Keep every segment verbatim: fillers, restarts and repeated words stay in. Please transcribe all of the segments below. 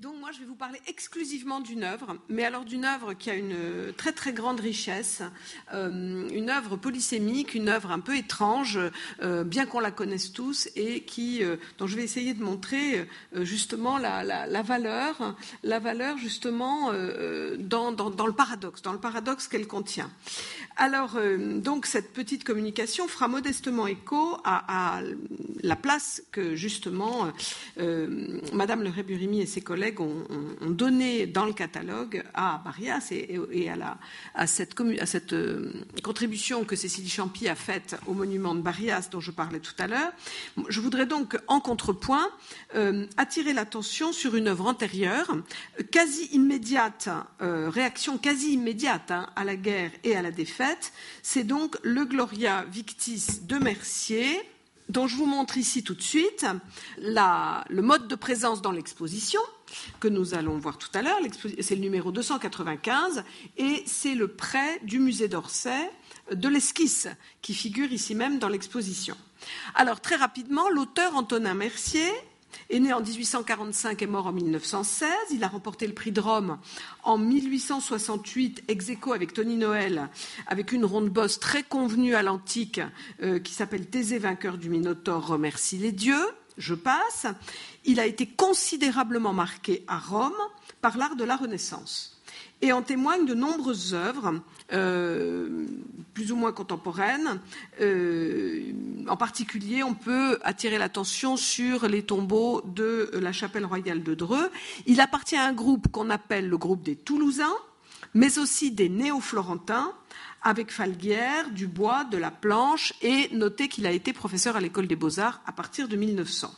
Donc moi, je vais vous parler exclusivement d'une œuvre, mais alors d'une œuvre qui a une très très grande richesse, euh, une œuvre polysémique, une œuvre un peu étrange, euh, bien qu'on la connaisse tous, et qui, euh, dont je vais essayer de montrer euh, justement la, la, la valeur, la valeur justement euh, dans, dans, dans le paradoxe, dans le paradoxe qu'elle contient. Alors, euh, donc, cette petite communication fera modestement écho à, à la place que, justement, euh, Madame Le Ray-Burimi et ses collègues ont, ont, ont donnée dans le catalogue à Barias et, et à, la, à cette, à cette euh, contribution que Cécilie Champy a faite au monument de Barias dont je parlais tout à l'heure. Je voudrais donc, en contrepoint, euh, attirer l'attention sur une œuvre antérieure, quasi immédiate, euh, réaction quasi immédiate hein, à la guerre et à la défaite. C'est donc le Gloria Victis de Mercier, dont je vous montre ici tout de suite la, le mode de présence dans l'exposition, que nous allons voir tout à l'heure. C'est le numéro deux cent quatre-vingt-quinze, et c'est le prêt du musée d'Orsay de l'esquisse qui figure ici même dans l'exposition. Alors, très rapidement, l'auteur Antonin Mercier est né en dix-huit cent quarante-cinq et mort en mille neuf cent seize. Il a remporté le prix de Rome en mille huit cent soixante-huit, ex aequo avec Tony Noël, avec une ronde-bosse très convenue à l'antique euh, qui s'appelle « Thésée, vainqueur du Minotaure, remercie les dieux ». Je passe. Il a été considérablement marqué à Rome par l'art de la Renaissance. Et en témoignent de nombreuses œuvres, euh, plus ou moins contemporaines. Euh, en particulier, on peut attirer l'attention sur les tombeaux de la chapelle royale de Dreux. Il appartient à un groupe qu'on appelle le groupe des Toulousains, mais aussi des néo-florentins, avec Falguière, Dubois, de la Planche, et notez qu'il a été professeur à l'École des Beaux-Arts à partir de mille neuf cents.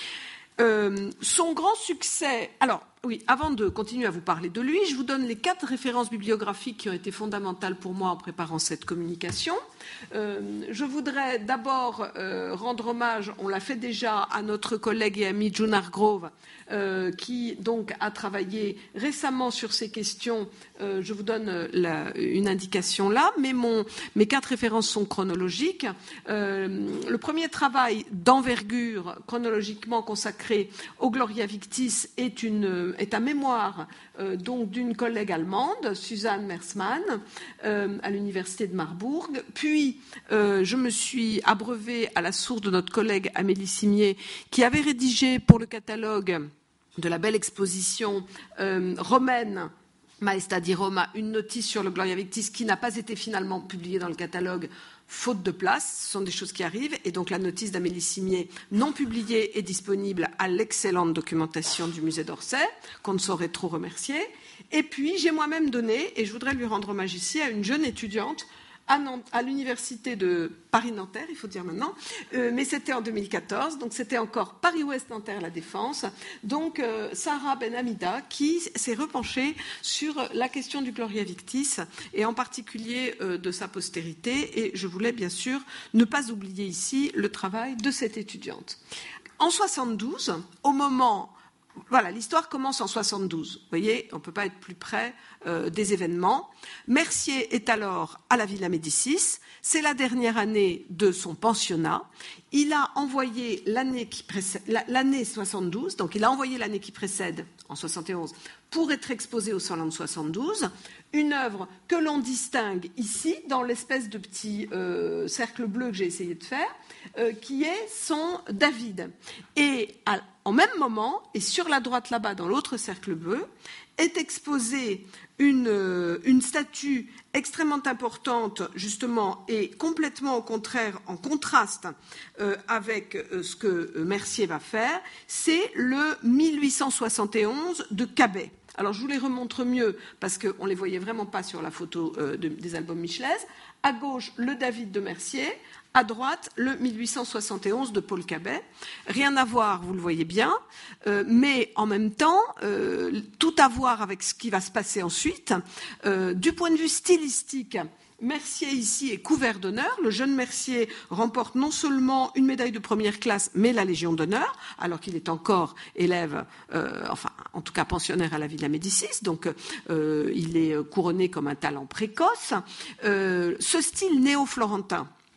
Euh, son grand succès... Alors, oui, avant de continuer à vous parler de lui, je vous donne les quatre références bibliographiques qui ont été fondamentales pour moi en préparant cette communication. Euh, je voudrais d'abord euh, rendre hommage, on l'a fait déjà, à notre collègue et ami June Hargrove, euh, qui donc a travaillé récemment sur ces questions. Euh, je vous donne la, une indication là, mais mon, mes quatre références sont chronologiques. Euh, le premier travail d'envergure chronologiquement consacré au Gloria Victis est une est un mémoire euh, donc d'une collègue allemande, Suzanne Mersmann, euh, à l'université de Marbourg. Puis, euh, je me suis abreuvée à la source de notre collègue Amélie Cimier, qui avait rédigé pour le catalogue de la belle exposition euh, romaine Maestà di Roma une notice sur le Gloria Victis qui n'a pas été finalement publiée dans le catalogue faute de place. Ce sont des choses qui arrivent. Et donc la notice d'Amélie Cimier, non publiée, est disponible à l'excellente documentation du musée d'Orsay, qu'on ne saurait trop remercier. Et puis j'ai moi-même donné, et je voudrais lui rendre hommage ici, à une jeune étudiante à, à l'université de Paris-Nanterre, il faut dire maintenant, euh, mais c'était en deux mille quatorze, donc c'était encore Paris-Ouest Nanterre La Défense, donc euh, Sarah Benhamida, qui s'est repenchée sur la question du Gloria Victis, et en particulier euh, de sa postérité, et je voulais bien sûr ne pas oublier ici le travail de cette étudiante. En soixante-douze, au moment... Voilà, l'histoire commence en soixante-douze. Vous voyez, on ne peut pas être plus près euh, des événements. Mercier est alors à la Villa Médicis. C'est la dernière année de son pensionnat. Il a envoyé l'année qui précède, l'année soixante-douze, donc il a envoyé l'année qui précède, en soixante et onze, pour être exposée au Salon de soixante-douze, une œuvre que l'on distingue ici, dans l'espèce de petit euh, cercle bleu que j'ai essayé de faire, euh, qui est son David. Et à, en même moment, et sur la droite là-bas, dans l'autre cercle bleu, est exposée une, euh, une statue extrêmement importante, justement, et complètement au contraire, en contraste euh, avec euh, ce que Mercier va faire, c'est le mille huit cent soixante et onze de Cabet. Alors, je vous les remontre mieux, parce qu'on ne les voyait vraiment pas sur la photo euh, de, des albums Michelès. À gauche, le David de Mercier. À droite, le mille huit cent soixante et onze de Paul Cabet. Rien à voir, vous le voyez bien, euh, mais en même temps, euh, tout à voir avec ce qui va se passer ensuite. Euh, du point de vue stylistique, Mercier ici est couvert d'honneur. Le jeune Mercier remporte non seulement une médaille de première classe, mais la Légion d'honneur, alors qu'il est encore élève, euh, enfin, en tout cas pensionnaire à la Villa Médicis. Donc, euh, il est couronné comme un talent précoce. Euh, ce style néo-florentin,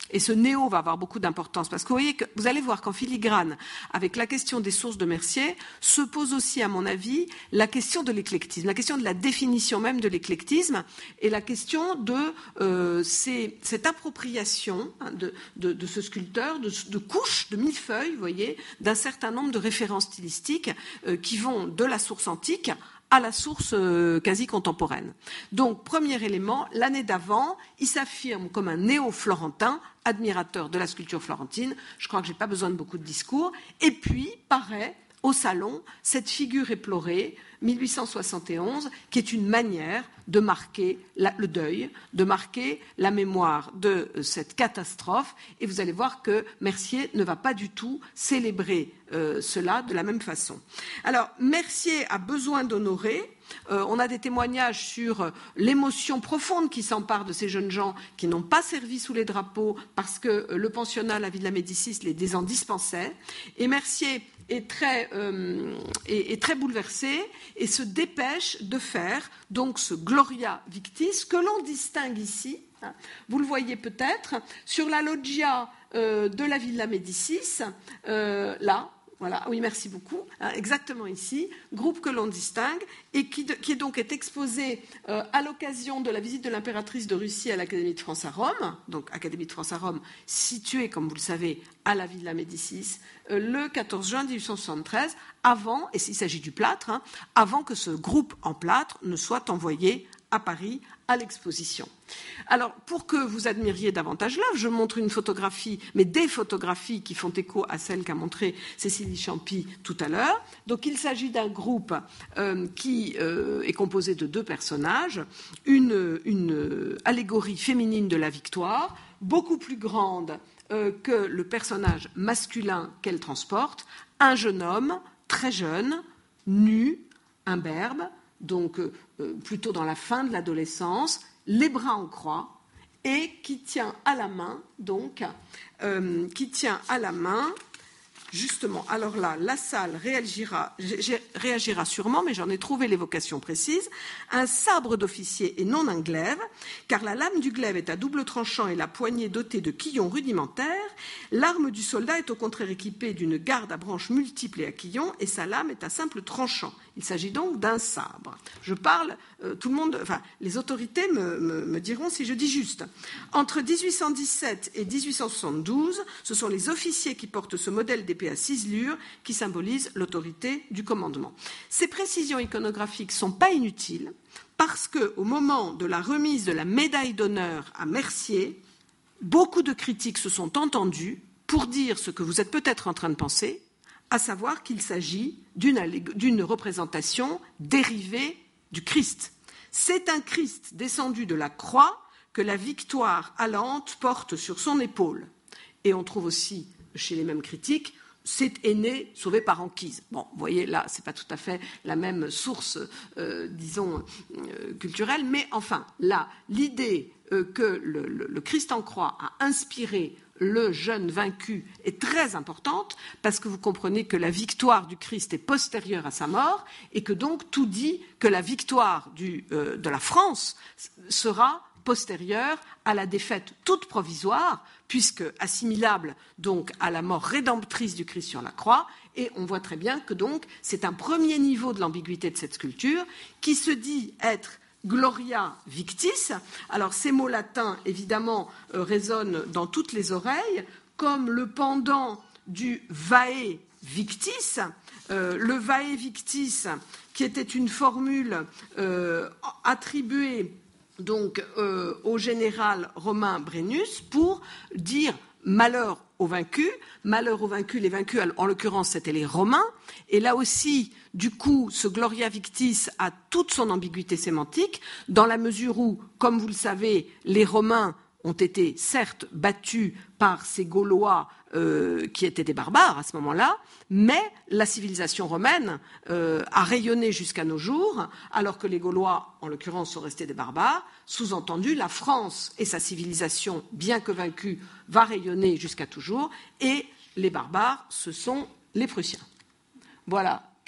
Et ce néo va avoir beaucoup d'importance parce que vous voyez que vous allez voir qu'en filigrane, avec la question des sources de Mercier, se pose aussi, à mon avis, la question de l'éclectisme, la question de la définition même de l'éclectisme et la question de euh, ces, cette appropriation hein, de, de, de ce sculpteur, de, de couches, de millefeuilles, vous voyez, d'un certain nombre de références stylistiques euh, qui vont de la source antique à la source euh, quasi contemporaine. Donc, premier élément, l'année d'avant, il s'affirme comme un néo-florentin, admirateur de la sculpture florentine. Je crois que je n'ai pas besoin de beaucoup de discours. Et puis, paraît au salon cette figure éplorée, mille huit cent soixante et onze, qui est une manière de marquer la, le deuil, de marquer la mémoire de euh, cette catastrophe. Et vous allez voir que Mercier ne va pas du tout célébrer euh, cela de la même façon. Alors, Mercier a besoin d'honorer. Euh, on a des témoignages sur euh, l'émotion profonde qui s'empare de ces jeunes gens qui n'ont pas servi sous les drapeaux parce que euh, le pensionnat, la Villa Médicis, les, les en dispensait. Et Mercier est très, euh, est, est très bouleversé et se dépêche de faire donc ce Gloria Victis que l'on distingue ici. Hein, vous le voyez peut-être sur la loggia euh, de la Villa Médicis, euh, là. Voilà, oui, merci beaucoup. Hein, exactement ici, groupe que l'on distingue et qui, de, qui est donc est exposé euh, à l'occasion de la visite de l'impératrice de Russie à l'Académie de France à Rome, donc Académie de France à Rome, située, comme vous le savez, à la Villa Médicis, euh, le quatorze juin mille huit cent soixante-treize, avant, et il s'agit du plâtre, hein, avant que ce groupe en plâtre ne soit envoyé à Paris à l'exposition. Alors, pour que vous admiriez davantage l'œuvre, je montre une photographie, mais des photographies qui font écho à celle qu'a montrée Cécilie Champy tout à l'heure. Donc, il s'agit d'un groupe euh, qui euh, est composé de deux personnages, une, une allégorie féminine de la victoire, beaucoup plus grande euh, que le personnage masculin qu'elle transporte, un jeune homme, très jeune, nu, imberbe, donc euh, plutôt dans la fin de l'adolescence, les bras en croix, et qui tient à la main, donc, euh, qui tient à la main, justement, alors là, la salle réagira, réagira sûrement, mais j'en ai trouvé l'évocation précise, un sabre d'officier et non un glaive, car la lame du glaive est à double tranchant et la poignée dotée de quillons rudimentaires. L'arme du soldat est au contraire équipée d'une garde à branches multiples et à quillons, et sa lame est à simple tranchant. Il s'agit donc d'un sabre. Je parle, euh, tout le monde, enfin, les autorités me, me, me diront si je dis juste. Entre dix-huit cent dix-sept et dix-huit cent soixante-douze, ce sont les officiers qui portent ce modèle d'épée à ciselure qui symbolise l'autorité du commandement. Ces précisions iconographiques ne sont pas inutiles parce qu'au moment de la remise de la médaille d'honneur à Mercier, beaucoup de critiques se sont entendues pour dire ce que vous êtes peut-être en train de penser, à savoir qu'il s'agit d'une, d'une représentation dérivée du Christ. C'est un Christ descendu de la croix que la victoire allante porte sur son épaule. Et on trouve aussi, chez les mêmes critiques, c'est aîné sauvé par Anquise. Bon, vous voyez, là, ce n'est pas tout à fait la même source, euh, disons, euh, culturelle, mais enfin, là, l'idée euh, que le, le, le Christ en croix a inspiré le jeune vaincu est très importante parce que vous comprenez que la victoire du Christ est postérieure à sa mort et que donc tout dit que la victoire du, euh, de la France sera postérieure à la défaite toute provisoire, puisque assimilable donc à la mort rédemptrice du Christ sur la croix, et on voit très bien que donc c'est un premier niveau de l'ambiguïté de cette sculpture qui se dit être Gloria Victis. Alors ces mots latins évidemment euh, résonnent dans toutes les oreilles, comme le pendant du Vae Victis, euh, le Vae Victis qui était une formule euh, attribuée donc euh, au général romain Brennus pour dire malheur aux vaincus, malheur aux vaincus, les vaincus en l'occurrence c'était les Romains, et là aussi du coup ce Gloria Victis a toute son ambiguïté sémantique dans la mesure où, comme vous le savez, les Romains ont été certes battus par ces Gaulois euh, qui étaient des barbares à ce moment-là, mais la civilisation romaine euh, a rayonné jusqu'à nos jours, alors que les Gaulois, en l'occurrence, sont restés des barbares. Sous-entendu, la France et sa civilisation, bien que vaincue, va rayonner jusqu'à toujours, et les barbares, ce sont les Prussiens. Voilà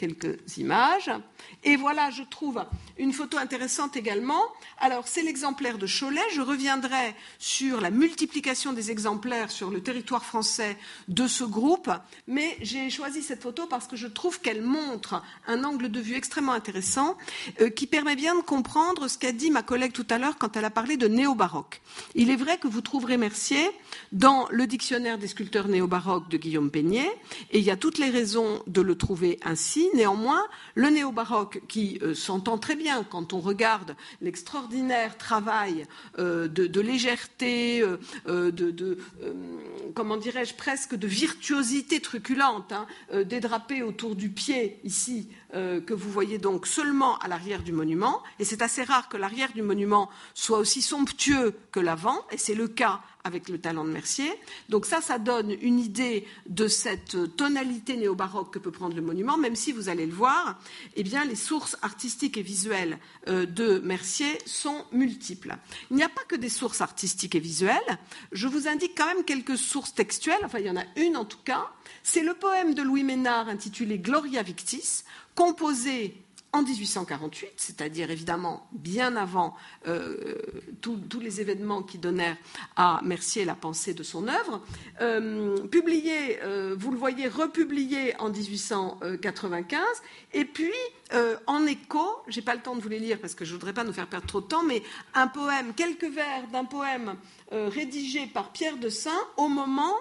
quelques images. Et voilà, je trouve une photo intéressante également. Alors, c'est l'exemplaire de Cholet. Je reviendrai sur la multiplication des exemplaires sur le territoire français de ce groupe, mais j'ai choisi cette photo parce que je trouve qu'elle montre un angle de vue extrêmement intéressant euh, qui permet bien de comprendre ce qu'a dit ma collègue tout à l'heure quand elle a parlé de néo-baroque. Il est vrai que vous trouverez Mercier dans le dictionnaire des sculpteurs néo-baroques de Guillaume Peignet, et il y a toutes les raisons de le trouver ainsi. Néanmoins, le néo-baroque, qui euh, s'entend très bien quand on regarde l'extraordinaire travail euh, de, de légèreté, euh, de, de euh, comment dirais-je, presque de virtuosité truculente, hein, euh, dédrapé autour du pied, ici, euh, que vous voyez donc seulement à l'arrière du monument, et c'est assez rare que l'arrière du monument soit aussi somptueux que l'avant, et c'est le cas avec le talent de Mercier. Donc ça, ça donne une idée de cette tonalité néo-baroque que peut prendre le monument, même si, vous allez le voir, eh bien, les sources artistiques et visuelles euh, de Mercier sont multiples. Il n'y a pas que des sources artistiques et visuelles. Je vous indique quand même quelques sources textuelles, enfin, il y en a une en tout cas. C'est le poème de Louis Ménard intitulé Gloria Victis, composé en dix-huit cent quarante-huit, c'est-à-dire évidemment bien avant euh, tous les événements qui donnèrent à Mercier la pensée de son œuvre, euh, publié, euh, vous le voyez, republié en dix-huit cent quatre-vingt-quinze, et puis euh, en écho, je n'ai pas le temps de vous les lire parce que je ne voudrais pas nous faire perdre trop de temps, mais un poème, quelques vers d'un poème euh, rédigé par Pierre de Saint au moment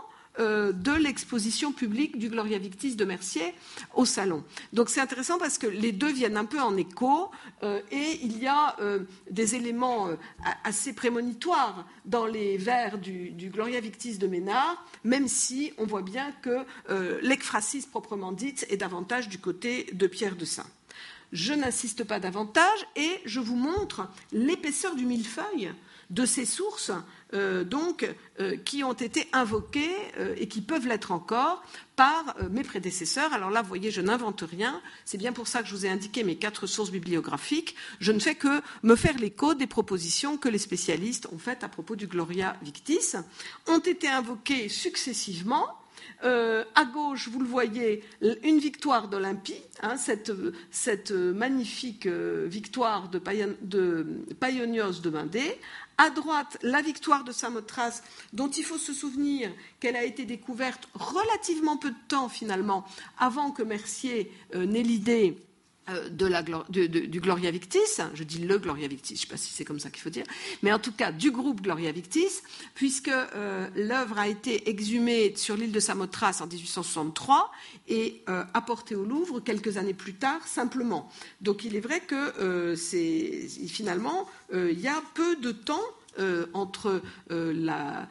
de l'exposition publique du Gloria Victis de Mercier au Salon. Donc c'est intéressant parce que les deux viennent un peu en écho euh, et il y a euh, des éléments euh, assez prémonitoires dans les vers du, du Gloria Victis de Ménard, même si on voit bien que euh, l'ekphrasis proprement dite est davantage du côté de Pierre de Saint. Je n'insiste pas davantage et je vous montre l'épaisseur du millefeuille de ces sources euh, donc, euh, qui ont été invoquées euh, et qui peuvent l'être encore par euh, mes prédécesseurs. Alors là, vous voyez, je n'invente rien. C'est bien pour ça que je vous ai indiqué mes quatre sources bibliographiques. Je ne fais que me faire l'écho des propositions que les spécialistes ont faites à propos du Gloria Victis. Ont été invoquées successivement. Euh, à gauche, vous le voyez, une victoire d'Olympie, hein, cette, cette magnifique euh, victoire de, Paion, de Paionios de Bindé. À droite, la victoire de Samothrace, dont il faut se souvenir qu'elle a été découverte relativement peu de temps, finalement, avant que Mercier euh, n'ait l'idée de la, de, de, du Gloria Victis, je dis le Gloria Victis, je ne sais pas si c'est comme ça qu'il faut dire, mais en tout cas du groupe Gloria Victis, puisque euh, l'œuvre a été exhumée sur l'île de Samothrace en dix-huit cent soixante-trois et euh, apportée au Louvre quelques années plus tard, simplement. Donc il est vrai que euh, c'est, finalement, euh, il y a peu de temps euh, entre euh, la...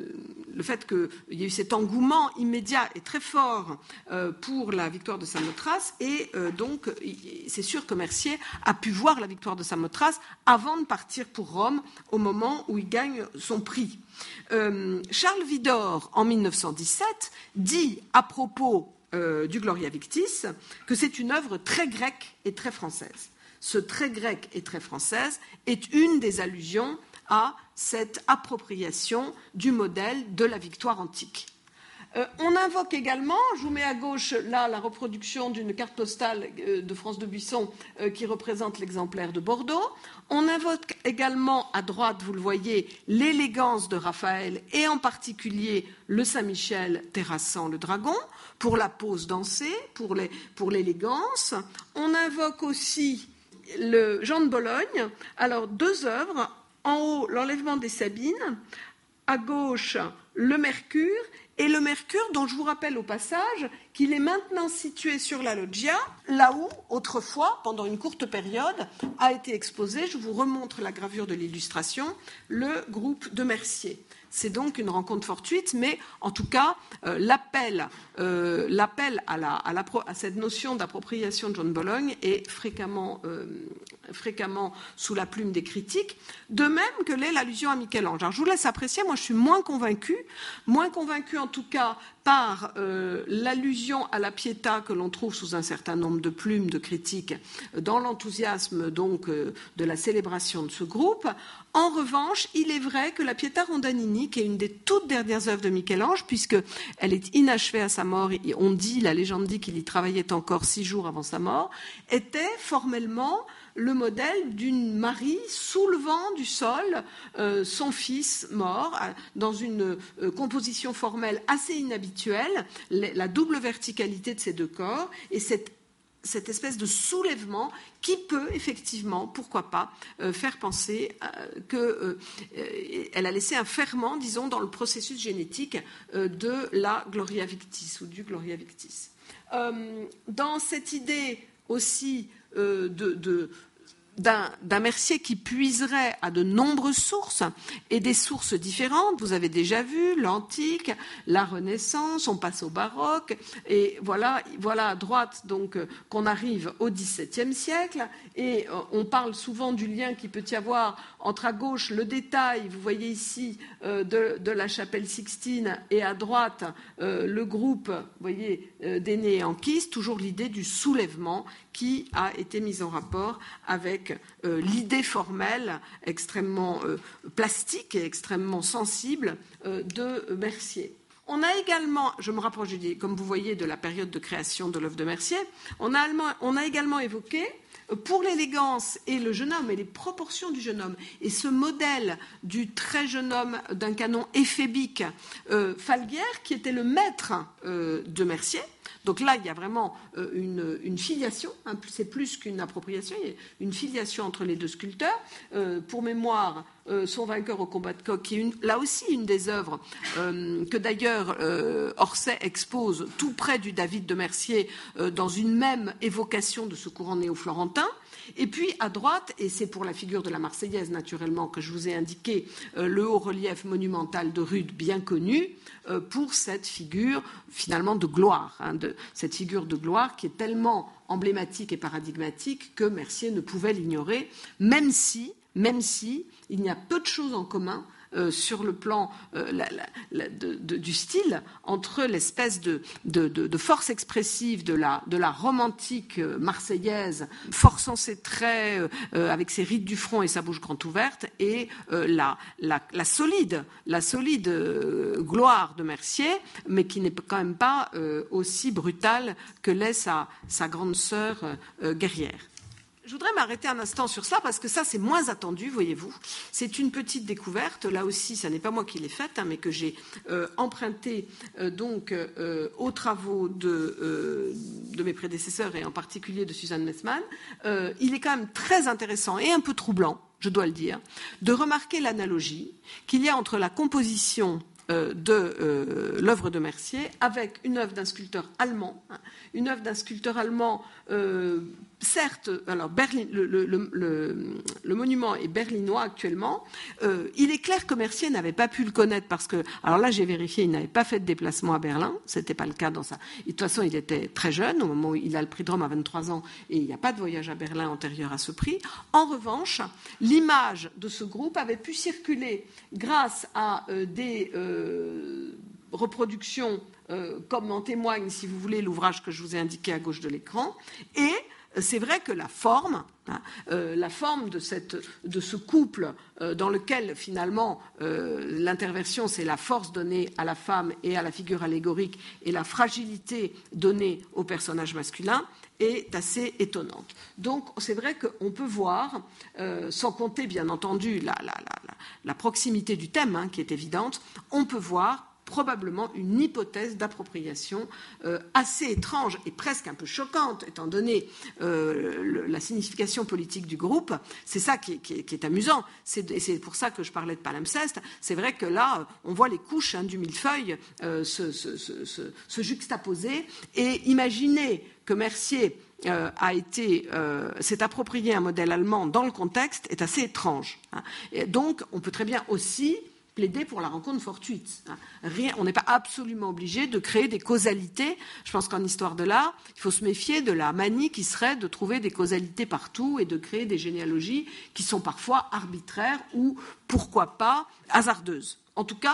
le fait qu'il y ait eu cet engouement immédiat et très fort euh, pour la victoire de Samothrace, et euh, donc c'est sûr que Mercier a pu voir la victoire de Samothrace avant de partir pour Rome, au moment où il gagne son prix. Euh, Charles Widor, en mille neuf cent dix-sept, dit à propos euh, du Gloria Victis que c'est une œuvre très grecque et très française. Ce très grec et très française est une des allusions à cette appropriation du modèle de la victoire antique. Euh, on invoque également, je vous mets à gauche là la reproduction d'une carte postale euh, de France de Buisson euh, qui représente l'exemplaire de Bordeaux. On invoque également à droite, vous le voyez, l'élégance de Raphaël et en particulier le Saint-Michel terrassant le dragon pour la pose dansée, pour, les, pour l'élégance. On invoque aussi le Jean de Bologne. Alors deux œuvres. En haut, l'enlèvement des Sabines, à gauche, le Mercure, et le Mercure dont je vous rappelle au passage qu'il est maintenant situé sur la loggia, là où, autrefois, pendant une courte période, a été exposé, je vous remontre la gravure de l'illustration, le groupe de Mercier. C'est donc une rencontre fortuite, mais en tout cas, euh, l'appel, euh, l'appel à, la, à, la, à cette notion d'appropriation de John de Bologne est fréquemment, euh, fréquemment sous la plume des critiques, de même que l'est l'allusion à Michel-Ange. Alors je vous laisse apprécier, moi je suis moins convaincue, moins convaincue en tout cas par euh, l'allusion allusion à la Pietà que l'on trouve sous un certain nombre de plumes de critiques dans l'enthousiasme donc de la célébration de ce groupe. En revanche, il est vrai que la Pietà Rondanini, qui est une des toutes dernières œuvres de Michel-Ange, puisqu'elle est inachevée à sa mort, et on dit, la légende dit qu'il y travaillait encore six jours avant sa mort, était formellement le modèle d'une Marie soulevant du sol euh, son fils mort dans une euh, composition formelle assez inhabituelle, la double verticalité de ces deux corps et cette, cette espèce de soulèvement qui peut effectivement, pourquoi pas, euh, faire penser euh, qu'elle euh, a laissé un ferment, disons, dans le processus génétique euh, de la Gloria Victis ou du Gloria Victis. Euh, dans cette idée aussi euh, de, de D'un, d'un Mercier qui puiserait à de nombreuses sources et des sources différentes. Vous avez déjà vu l'antique, la Renaissance, on passe au baroque et voilà, voilà à droite donc qu'on arrive au dix-septième siècle et on parle souvent du lien qu'il peut y avoir entre à gauche le détail, vous voyez ici euh, de, de la chapelle Sixtine et à droite euh, le groupe, vous voyez, euh, des néanquistes, toujours l'idée du soulèvement qui a été mise en rapport avec euh, l'idée formelle extrêmement euh, plastique et extrêmement sensible euh, de Mercier. On a également, je me rapproche, comme vous voyez, de la période de création de l'œuvre de Mercier, on a, on a également évoqué pour l'élégance et le jeune homme et les proportions du jeune homme et ce modèle du très jeune homme d'un canon éphébique, euh, Falguière, qui était le maître euh, de Mercier. Donc là, il y a vraiment euh, une, une filiation, hein, c'est plus qu'une appropriation, il y a une filiation entre les deux sculpteurs. Euh, pour mémoire, euh, Son vainqueur au combat de coq, qui est une, là aussi une des œuvres euh, que d'ailleurs euh, Orsay expose tout près du David de Mercier euh, dans une même évocation de ce courant néo-florentin. Et puis à droite, et c'est pour la figure de la Marseillaise naturellement que je vous ai indiqué euh, le haut relief monumental de Rude bien connu, euh, pour cette figure finalement de gloire, hein, de, cette figure de gloire qui est tellement emblématique et paradigmatique que Mercier ne pouvait l'ignorer, même si, même si il y a peu de choses en commun Euh, sur le plan euh, la, la, la, de, de, du style entre l'espèce de, de, de, de force expressive de la, de la romantique euh, marseillaise, forçant ses traits euh, avec ses rides du front et sa bouche grande ouverte, et euh, la, la, la solide, la solide euh, gloire de Mercier, mais qui n'est quand même pas euh, aussi brutale que l'est sa, sa grande sœur euh, guerrière. Je voudrais m'arrêter un instant sur ça parce que ça, c'est moins attendu, voyez-vous. C'est une petite découverte. Là aussi, ça n'est pas moi qui l'ai faite, hein, mais que j'ai euh, emprunté euh, donc euh, aux travaux de, euh, de mes prédécesseurs et en particulier de Suzanne Messmann. Euh, il est quand même très intéressant et un peu troublant, je dois le dire, de remarquer l'analogie qu'il y a entre la composition de euh, l'œuvre de Mercier avec une œuvre d'un sculpteur allemand, hein, une œuvre d'un sculpteur allemand, euh, certes, alors Berlin, le, le, le, le monument est berlinois actuellement, euh, il est clair que Mercier n'avait pas pu le connaître parce que, alors là j'ai vérifié, il n'avait pas fait de déplacement à Berlin, c'était pas le cas dans sa... Et de toute façon il était très jeune, au moment où il a le prix de Rome à vingt-trois ans, et il n'y a pas de voyage à Berlin antérieur à ce prix. En revanche, l'image de ce groupe avait pu circuler grâce à euh, des... Euh, Euh, reproduction, euh, comme en témoigne, si vous voulez, l'ouvrage que je vous ai indiqué à gauche de l'écran. Et c'est vrai que la forme, hein, euh, la forme de, cette, de ce couple euh, dans lequel, finalement, euh, l'interversion, c'est la force donnée à la femme et à la figure allégorique et la fragilité donnée au personnage masculin, est assez étonnante. Donc, c'est vrai qu'on peut voir, euh, sans compter, bien entendu, la, la, la, la proximité du thème, hein, qui est évidente, on peut voir probablement une hypothèse d'appropriation euh, assez étrange et presque un peu choquante, étant donné euh, le, la signification politique du groupe. C'est ça qui est, qui est, qui est amusant. C'est, et c'est pour ça que je parlais de palimpseste. C'est vrai que là, on voit les couches, hein, du millefeuille euh, se, se, se, se, se juxtaposer. Et imaginez que Mercier euh, a été, euh, s'est approprié un modèle allemand dans le contexte est assez étrange, hein. Et donc, on peut très bien aussi plaider pour la rencontre fortuite. Rien, on n'est pas absolument obligé de créer des causalités. Je pense qu'en histoire de l'art, il faut se méfier de la manie qui serait de trouver des causalités partout et de créer des généalogies qui sont parfois arbitraires ou, pourquoi pas, hasardeuses. En tout cas,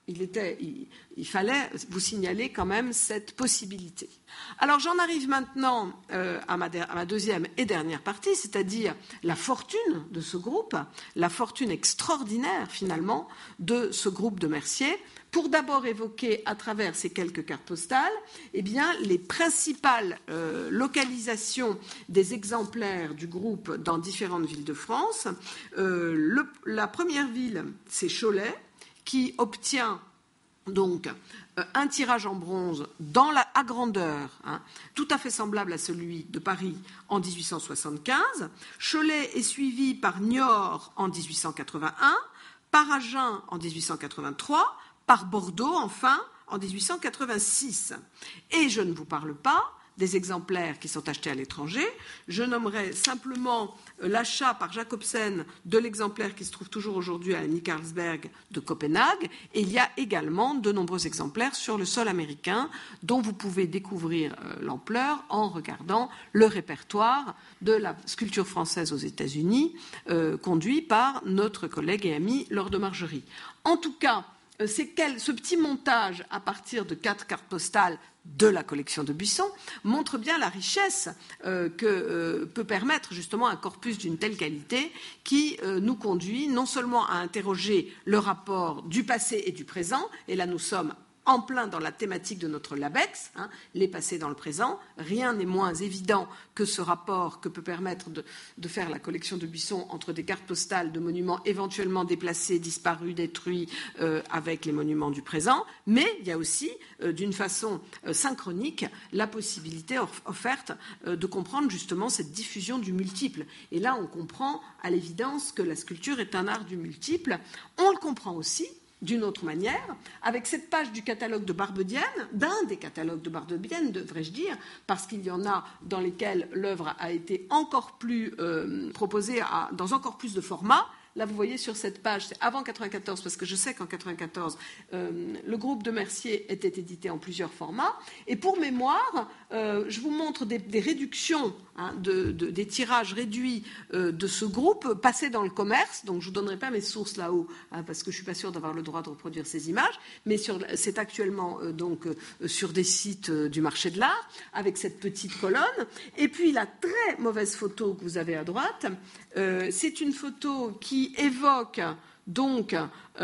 il, était, il, il fallait vous signaler quand même cette possibilité. Alors j'en arrive maintenant euh, à, ma, à ma deuxième et dernière partie, c'est-à-dire la fortune de ce groupe, la fortune extraordinaire finalement de ce groupe de Mercier, pour d'abord évoquer à travers ces quelques cartes postales eh bien, les principales euh, localisations des exemplaires du groupe dans différentes villes de France. Euh, le, la première ville, c'est Cholet, qui obtient donc euh, un tirage en bronze dans la, à grandeur, hein, tout à fait semblable à celui de Paris en dix-huit cent soixante-quinze. Cholet est suivi par Niort en dix-huit cent quatre-vingt-un, par Agen en dix-huit cent quatre-vingt-trois, par Bordeaux, enfin, en dix-huit cent quatre-vingt-six. Et je ne vous parle pas des exemplaires qui sont achetés à l'étranger. Je nommerai simplement l'achat par Jacobsen de l'exemplaire qui se trouve toujours aujourd'hui à l'Annie Carlsberg de Copenhague. Et il y a également de nombreux exemplaires sur le sol américain dont vous pouvez découvrir l'ampleur en regardant le répertoire de la sculpture française aux États-Unis, euh, conduit par notre collègue et ami Laure de Margerie. En tout cas, c'est quel, ce petit montage à partir de quatre cartes postales de la collection de Buisson montre bien la richesse euh, que euh, peut permettre justement un corpus d'une telle qualité qui euh, nous conduit non seulement à interroger le rapport du passé et du présent, et là nous sommes en plein dans la thématique de notre LABEX, hein, les passés dans le présent. Rien n'est moins évident que ce rapport que peut permettre de, de faire la collection de Buisson entre des cartes postales de monuments éventuellement déplacés, disparus, détruits, euh, avec les monuments du présent. Mais il y a aussi, euh, d'une façon euh, synchronique, la possibilité off- offerte euh, de comprendre justement cette diffusion du multiple. Et là, on comprend à l'évidence que la sculpture est un art du multiple. On le comprend aussi d'une autre manière, avec cette page du catalogue de Barbedienne, d'un des catalogues de Barbedienne, devrais-je dire, parce qu'il y en a dans lesquels l'œuvre a été encore plus euh, proposée à, dans encore plus de formats. Là, vous voyez sur cette page, c'est avant quatre-vingt-quatorze, parce que je sais qu'en quatre-vingt-quatorze, euh, le groupe de Mercier était édité en plusieurs formats. Et pour mémoire, euh, je vous montre des, des réductions, hein, de, de, des tirages réduits euh, de ce groupe passés dans le commerce. Donc, je ne vous donnerai pas mes sources là-haut, hein, parce que je ne suis pas sûre d'avoir le droit de reproduire ces images. Mais sur, c'est actuellement euh, donc, euh, sur des sites euh, du marché de l'art, avec cette petite colonne. Et puis, la très mauvaise photo que vous avez à droite, euh, c'est une photo qui évoque donc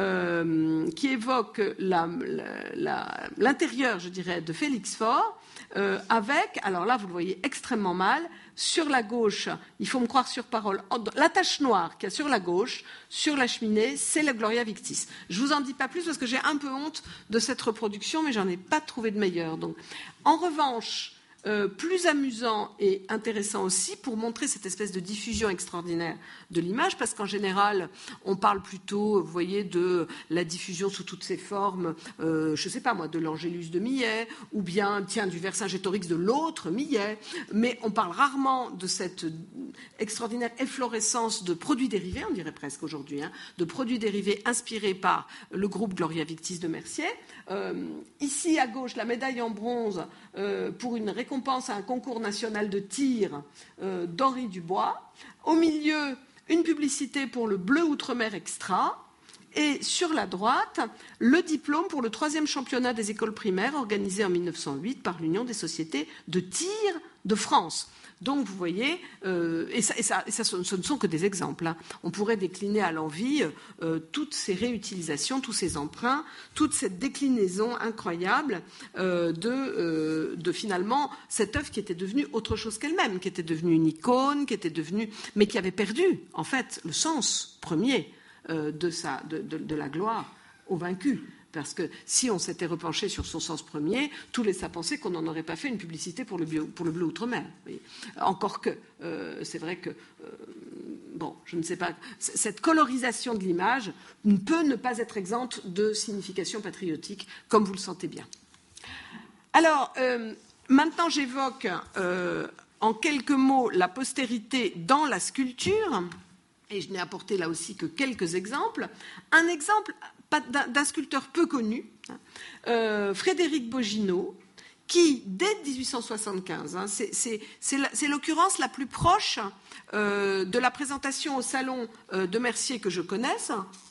euh, qui évoque la, la, la, l'intérieur, je dirais, de Félix Faure, euh, avec, alors là vous le voyez extrêmement mal, sur la gauche, il faut me croire sur parole, la tache noire qu'il y a sur la gauche, sur la cheminée, c'est la Gloria Victis. Je vous en dis pas plus parce que j'ai un peu honte de cette reproduction, mais j'en ai pas trouvé de meilleure. Donc, en revanche, Euh, plus amusant et intéressant aussi pour montrer cette espèce de diffusion extraordinaire de l'image, parce qu'en général, on parle plutôt, vous voyez, de la diffusion sous toutes ses formes, euh, je ne sais pas moi, de l'Angélus de Millet, ou bien, tiens, du Vercingétorix de l'autre Millet, mais on parle rarement de cette extraordinaire efflorescence de produits dérivés, on dirait presque aujourd'hui, hein, de produits dérivés inspirés par le groupe Gloria Victis de Mercier. Euh, ici, à gauche, la médaille en bronze euh, pour une récompense à un concours national de tir euh, d'Henri Dubois. Au milieu, une publicité pour le Bleu Outre-mer Extra. Et sur la droite, le diplôme pour le troisième championnat des écoles primaires organisé en mille neuf cent huit par l'Union des sociétés de tir de France. Donc, vous voyez, euh, et, ça, et, ça, et ça, ce ne sont que des exemples, hein. On pourrait décliner à l'envi euh, toutes ces réutilisations, tous ces emprunts, toute cette déclinaison incroyable euh, de, euh, de finalement cette œuvre qui était devenue autre chose qu'elle-même, qui était devenue une icône, qui était devenue, mais qui avait perdu, en fait, le sens premier euh, de, sa, de, de, de la gloire au vaincu. Parce que si on s'était repenché sur son sens premier, tout laisse à penser qu'on n'en aurait pas fait une publicité pour le, bio, pour le Bleu Outre-mer. Encore que, euh, c'est vrai que, euh, bon, je ne sais pas, cette colorisation de l'image peut ne pas être exempte de signification patriotique, comme vous le sentez bien. Alors, euh, maintenant j'évoque euh, en quelques mots la postérité dans la sculpture, et je n'ai apporté là aussi que quelques exemples. Un exemple d'un sculpteur peu connu, euh, Frédéric Bogineau, qui, dès dix-huit cent soixante-quinze, hein, c'est l'occurrence la plus proche euh, de la présentation au salon euh, de Mercier que je connaisse,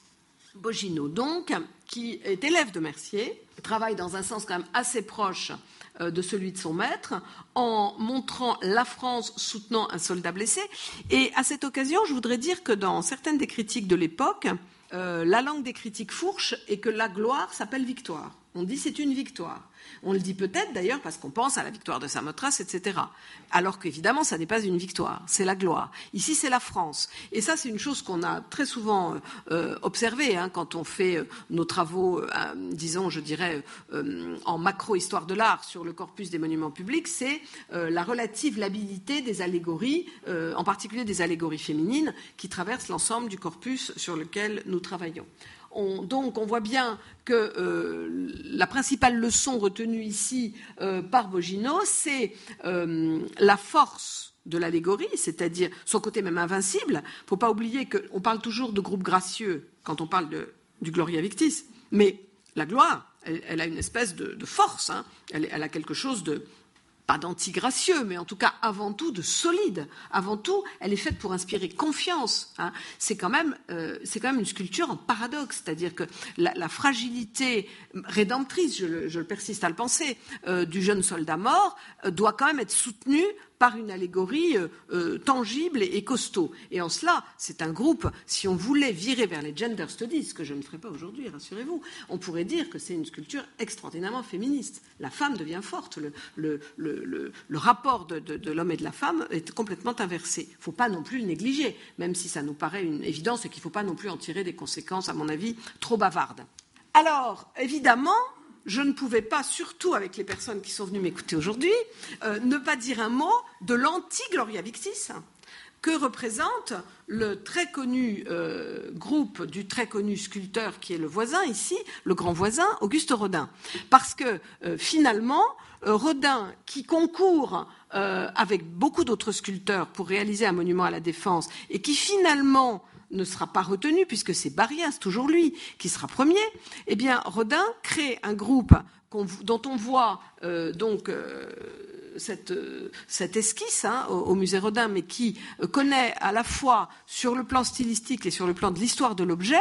Bogino, donc, qui est élève de Mercier, travaille dans un sens quand même assez proche de celui de son maître, en montrant la France soutenant un soldat blessé. Et à cette occasion, je voudrais dire que dans certaines des critiques de l'époque, euh, la langue des critiques fourche et que la gloire s'appelle victoire. On dit c'est une victoire. On le dit peut-être d'ailleurs parce qu'on pense à la victoire de Samothrace, et cetera. Alors qu'évidemment, ça n'est pas une victoire, c'est la gloire. Ici, c'est la France. Et ça, c'est une chose qu'on a très souvent euh, observée hein, quand on fait euh, nos travaux, euh, disons, je dirais, euh, en macro-histoire de l'art sur le corpus des monuments publics, c'est euh, la relative labilité des allégories, euh, en particulier des allégories féminines, qui traversent l'ensemble du corpus sur lequel nous travaillons. On, donc, on voit bien que euh, la principale leçon retenue ici euh, par Bogino, c'est euh, la force de l'allégorie, c'est-à-dire son côté même invincible. Il ne faut pas oublier qu'on parle toujours de groupe gracieux quand on parle de, du Gloria Victis, mais la gloire, elle, elle a une espèce de, de force, hein. elle, elle a quelque chose de... pas d'anti-gracieux, mais en tout cas avant tout de solide. Avant tout, elle est faite pour inspirer confiance. Hein. C'est quand même, euh, c'est quand même une sculpture en paradoxe, c'est-à-dire que la, la fragilité rédemptrice, je le, je le persiste à le penser, euh, du jeune soldat mort euh, doit quand même être soutenue par une allégorie euh, euh, tangible et, et costaud. Et en cela, c'est un groupe, si on voulait virer vers les gender studies, ce que je ne ferai pas aujourd'hui, rassurez-vous, on pourrait dire que c'est une sculpture extraordinairement féministe. La femme devient forte, le, le, le, le, le rapport de, de, de l'homme et de la femme est complètement inversé. Il ne faut pas non plus le négliger, même si ça nous paraît une évidence et qu'il ne faut pas non plus en tirer des conséquences, à mon avis, trop bavardes. Alors, évidemment, je ne pouvais pas, surtout avec les personnes qui sont venues m'écouter aujourd'hui, euh, ne pas dire un mot de l'anti-Gloria Victis que représente le très connu euh, groupe du très connu sculpteur qui est le voisin ici, le grand voisin, Auguste Rodin. Parce que euh, finalement, euh, Rodin, qui concourt euh, avec beaucoup d'autres sculpteurs pour réaliser un monument à la Défense et qui finalement ne sera pas retenu, puisque c'est Barrien, c'est toujours lui qui sera premier, eh bien, Rodin crée un groupe qu'on, dont on voit euh, donc euh, cette, euh, cette esquisse hein, au, au musée Rodin, mais qui euh, connaît à la fois sur le plan stylistique et sur le plan de l'histoire de l'objet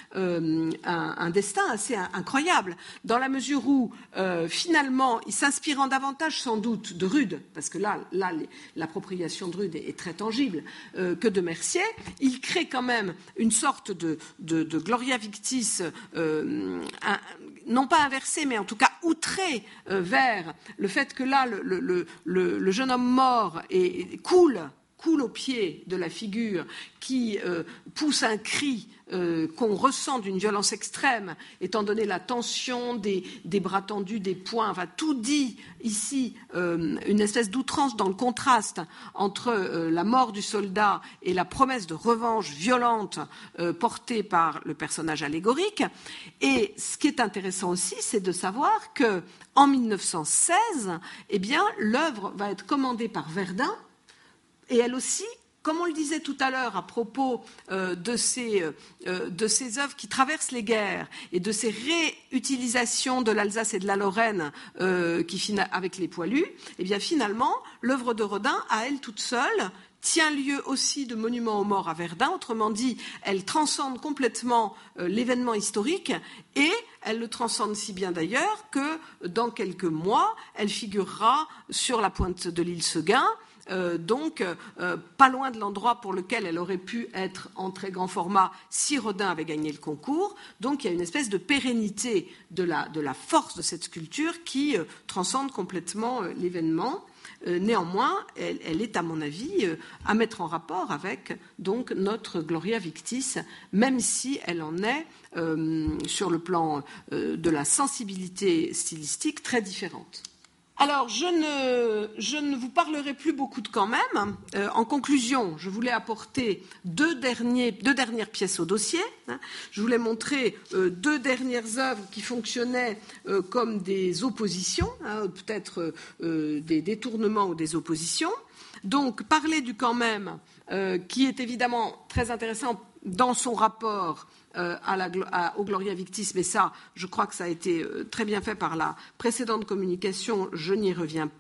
euh, un, un destin assez incroyable, dans la mesure où euh, finalement, il s'inspirant davantage sans doute de Rude, parce que là, là les, l'appropriation de Rude est, est très tangible, euh, que de Mercier, il crée quand même une sorte de, de, de Gloria Victis, euh, un, non pas inversée, mais en tout cas outrée euh, vers le fait que là, le, le, le, le jeune homme mort est, coule, coule au pied de la figure, qui euh, pousse un cri euh, qu'on ressent d'une violence extrême, étant donné la tension des, des bras tendus, des poings, enfin tout dit ici euh, une espèce d'outrance dans le contraste entre euh, la mort du soldat et la promesse de revanche violente euh, portée par le personnage allégorique. Et ce qui est intéressant aussi, c'est de savoir que en mille neuf cent seize, eh bien, l'œuvre va être commandée par Verdun, et elle aussi, comme on le disait tout à l'heure à propos euh, de, ces, euh, de ces œuvres qui traversent les guerres et de ces réutilisations de l'Alsace et de la Lorraine euh, qui, avec les poilus, eh bien finalement, l'œuvre de Rodin, à elle toute seule, tient lieu aussi de monument aux morts à Verdun. Autrement dit, elle transcende complètement euh, l'événement historique et elle le transcende si bien d'ailleurs que dans quelques mois, elle figurera sur la pointe de l'île Seguin, Euh, donc euh, pas loin de l'endroit pour lequel elle aurait pu être en très grand format si Rodin avait gagné le concours. Donc il y a une espèce de pérennité de la, de la force de cette sculpture qui euh, transcende complètement euh, l'événement. Euh, néanmoins, elle, elle est à mon avis euh, à mettre en rapport avec donc notre Gloria Victis, même si elle en est euh, sur le plan euh, de la sensibilité stylistique très différente. Alors, je ne, je ne vous parlerai plus beaucoup de quand même. Euh, en conclusion, je voulais apporter deux, derniers, deux dernières pièces au dossier. Hein. Je voulais montrer euh, deux dernières œuvres qui fonctionnaient euh, comme des oppositions, hein, peut-être euh, des détournements ou des oppositions. Donc, parler du quand même, euh, qui est évidemment très intéressant dans son rapport Euh, à la, à, au Gloria Victis, mais ça, je crois que ça a été euh, très bien fait par la précédente communication, je n'y reviens pas.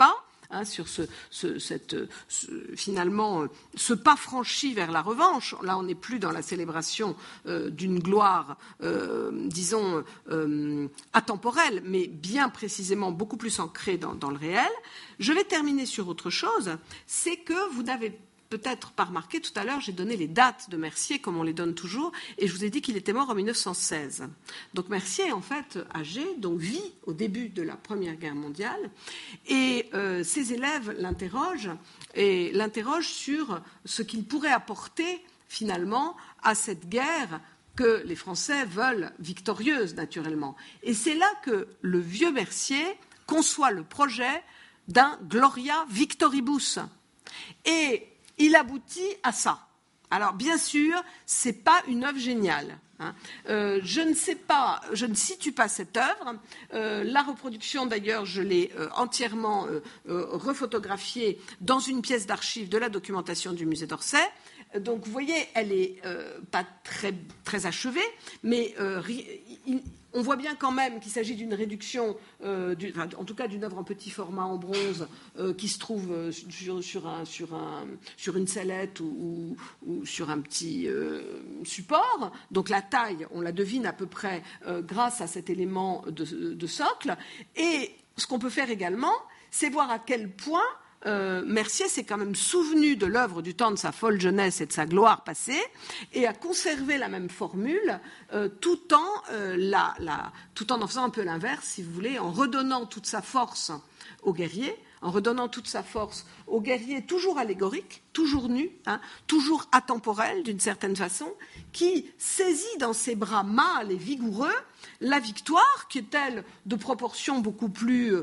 hein, sur ce, ce, cette, ce, finalement ce pas franchi vers la revanche. Là, on n'est plus dans la célébration euh, d'une gloire, euh, disons, euh, atemporelle, mais bien précisément beaucoup plus ancrée dans, dans le réel. Je vais terminer sur autre chose, c'est que vous n'avez peut-être pas remarqué, tout à l'heure, j'ai donné les dates de Mercier, comme on les donne toujours, et je vous ai dit qu'il était mort en mille neuf cent seize. Donc Mercier, en fait, âgé, donc vit au début de la Première Guerre mondiale, et euh, ses élèves l'interrogent, et l'interrogent sur ce qu'il pourrait apporter, finalement, à cette guerre que les Français veulent victorieuse, naturellement. Et c'est là que le vieux Mercier conçoit le projet d'un Gloria Victoribus. Et il aboutit à ça. Alors, bien sûr, ce n'est pas une œuvre géniale. Hein. Euh, je ne sais pas, je ne situe pas cette œuvre. Euh, la reproduction, d'ailleurs, je l'ai euh, entièrement euh, euh, refotographiée dans une pièce d'archive de la documentation du musée d'Orsay. Donc, vous voyez, elle n'est euh, pas très, très achevée, mais euh, il, on voit bien quand même qu'il s'agit d'une réduction, euh, du, enfin, en tout cas d'une œuvre en petit format en bronze, euh, qui se trouve euh, sur, sur, un, sur, un, sur une sellette ou, ou, ou sur un petit euh, support. Donc la taille, on la devine à peu près euh, grâce à cet élément de, de socle. Et ce qu'on peut faire également, c'est voir à quel point Euh, Mercier s'est quand même souvenu de l'œuvre du temps de sa folle jeunesse et de sa gloire passée et a conservé la même formule euh, tout, en, euh, la, la, tout en en faisant un peu l'inverse, si vous voulez, en redonnant toute sa force aux guerriers, en redonnant toute sa force aux guerriers toujours allégoriques, toujours nus, hein, toujours atemporels d'une certaine façon, qui saisit dans ses bras mâles et vigoureux la victoire, qui est elle de proportions beaucoup plus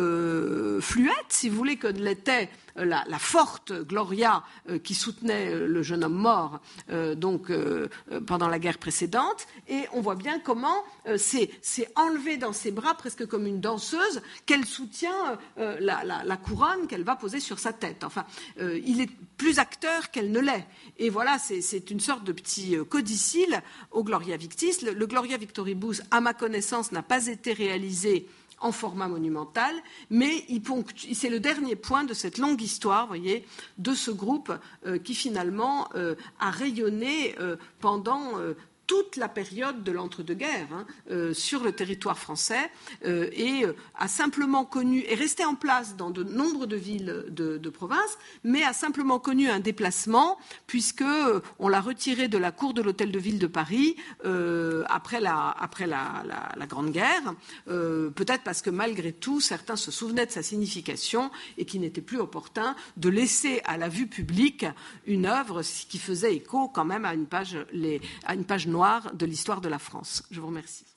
euh, fluette, si vous voulez, que l'était la, la forte Gloria euh, qui soutenait le jeune homme mort euh, donc euh, pendant la guerre précédente. Et on voit bien comment euh, c'est, c'est enlevé dans ses bras, presque comme une danseuse, qu'elle soutient euh, la, la, la couronne qu'elle va poser sur sa tête. Enfin, euh, il est plus acteur qu'elle ne l'est. Et voilà, c'est, c'est une sorte de petit codicile au Gloria Victis. Le, le Gloria Victoribus, à ma connaissance, n'a pas été réalisé en format monumental, mais il ponctue, c'est le dernier point de cette longue histoire, vous voyez, de ce groupe euh, qui finalement euh, a rayonné euh, pendant euh, toute la période de l'entre-deux-guerres hein, euh, sur le territoire français euh, et euh, a simplement connu, est resté en place dans de nombre de villes de, de province, mais a simplement connu un déplacement puisque euh, on l'a retiré de la cour de l'Hôtel de Ville de Paris euh, après, la, après la, la, la Grande Guerre, euh, peut-être parce que malgré tout, certains se souvenaient de sa signification et qu'il n'était plus opportun de laisser à la vue publique une œuvre qui faisait écho quand même à une page, les, à une page noire de l'histoire de la France. Je vous remercie.